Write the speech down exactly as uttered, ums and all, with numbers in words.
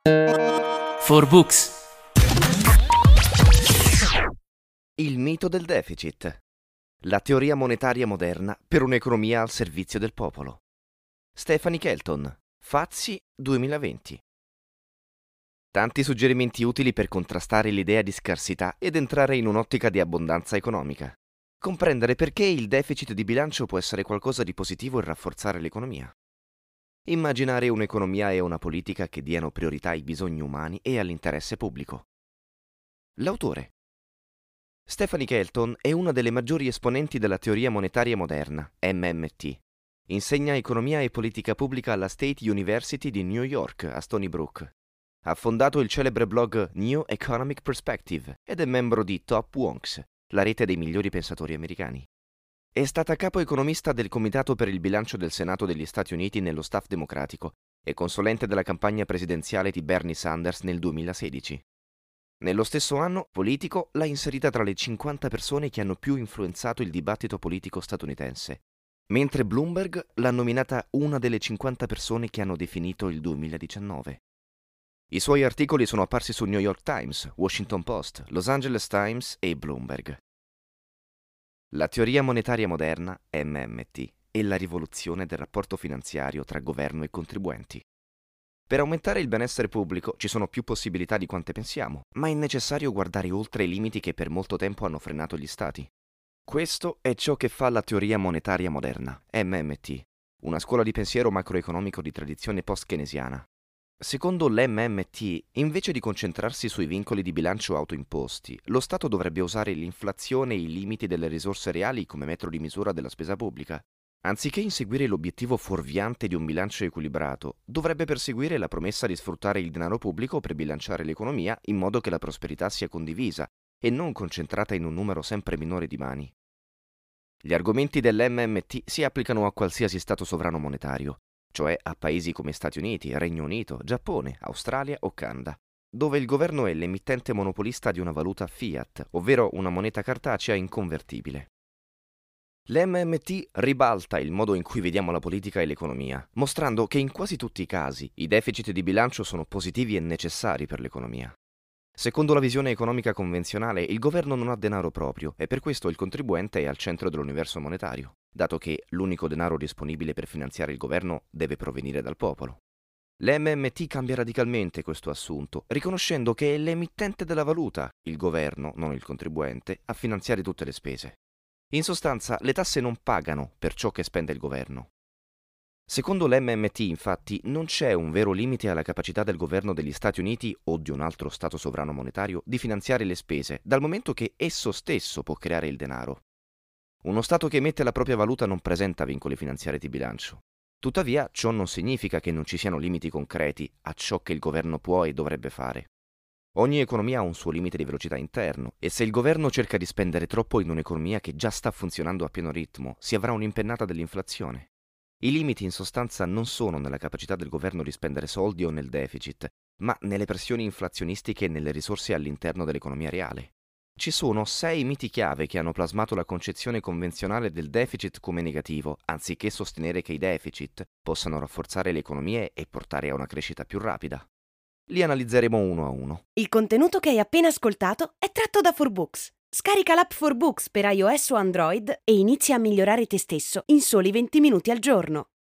For Books. Il mito del deficit. La teoria monetaria moderna per un'economia al servizio del popolo. Stephanie Kelton, Fazzi duemilaventi. Tanti suggerimenti utili per contrastare l'idea di scarsità ed entrare in un'ottica di abbondanza economica. Comprendere perché il deficit di bilancio può essere qualcosa di positivo e rafforzare l'economia. Immaginare un'economia e una politica che diano priorità ai bisogni umani e all'interesse pubblico. L'autore. Stephanie Kelton è una delle maggiori esponenti della teoria monetaria moderna, M M T. Insegna economia e politica pubblica alla State University di New York, a Stony Brook. Ha fondato il celebre blog New Economic Perspective ed è membro di Top Wonks, la rete dei migliori pensatori americani. È stata capo economista del Comitato per il bilancio del Senato degli Stati Uniti nello staff democratico e consulente della campagna presidenziale di Bernie Sanders nel duemilasedici. Nello stesso anno, Politico l'ha inserita tra le cinquanta persone che hanno più influenzato il dibattito politico statunitense, mentre Bloomberg l'ha nominata una delle cinquanta persone che hanno definito il duemiladiciannove. I suoi articoli sono apparsi su New York Times, Washington Post, Los Angeles Times e Bloomberg. La teoria monetaria moderna, M M T, è la rivoluzione del rapporto finanziario tra governo e contribuenti. Per aumentare il benessere pubblico ci sono più possibilità di quante pensiamo, ma è necessario guardare oltre i limiti che per molto tempo hanno frenato gli stati. Questo è ciò che fa la teoria monetaria moderna, M M T, una scuola di pensiero macroeconomico di tradizione post-keynesiana. Secondo l'M M T, invece di concentrarsi sui vincoli di bilancio autoimposti, lo Stato dovrebbe usare l'inflazione e i limiti delle risorse reali come metro di misura della spesa pubblica. Anziché inseguire l'obiettivo fuorviante di un bilancio equilibrato, dovrebbe perseguire la promessa di sfruttare il denaro pubblico per bilanciare l'economia in modo che la prosperità sia condivisa e non concentrata in un numero sempre minore di mani. Gli argomenti dell'M M T si applicano a qualsiasi Stato sovrano monetario, cioè a paesi come Stati Uniti, Regno Unito, Giappone, Australia o Canada, dove il governo è l'emittente monopolista di una valuta fiat, ovvero una moneta cartacea inconvertibile. L'M M T ribalta il modo in cui vediamo la politica e l'economia, mostrando che in quasi tutti i casi i deficit di bilancio sono positivi e necessari per l'economia. Secondo la visione economica convenzionale, il governo non ha denaro proprio e per questo il contribuente è al centro dell'universo monetario, dato che l'unico denaro disponibile per finanziare il governo deve provenire dal popolo. L'M M T cambia radicalmente questo assunto, riconoscendo che è l'emittente della valuta, il governo, non il contribuente, a finanziare tutte le spese. In sostanza, le tasse non pagano per ciò che spende il governo. Secondo l'M M T, infatti, non c'è un vero limite alla capacità del governo degli Stati Uniti o di un altro Stato sovrano monetario di finanziare le spese, dal momento che esso stesso può creare il denaro. Uno Stato che emette la propria valuta non presenta vincoli finanziari di bilancio. Tuttavia, ciò non significa che non ci siano limiti concreti a ciò che il governo può e dovrebbe fare. Ogni economia ha un suo limite di velocità interno e se il governo cerca di spendere troppo in un'economia che già sta funzionando a pieno ritmo, si avrà un'impennata dell'inflazione. I limiti in sostanza non sono nella capacità del governo di spendere soldi o nel deficit, ma nelle pressioni inflazionistiche e nelle risorse all'interno dell'economia reale. Ci sono sei miti chiave che hanno plasmato la concezione convenzionale del deficit come negativo, anziché sostenere che i deficit possano rafforzare le economie e portare a una crescita più rapida. Li analizzeremo uno a uno. Il contenuto che hai appena ascoltato è tratto da For Books. Scarica l'app For Books per iOS o Android e inizia a migliorare te stesso in soli venti minuti al giorno.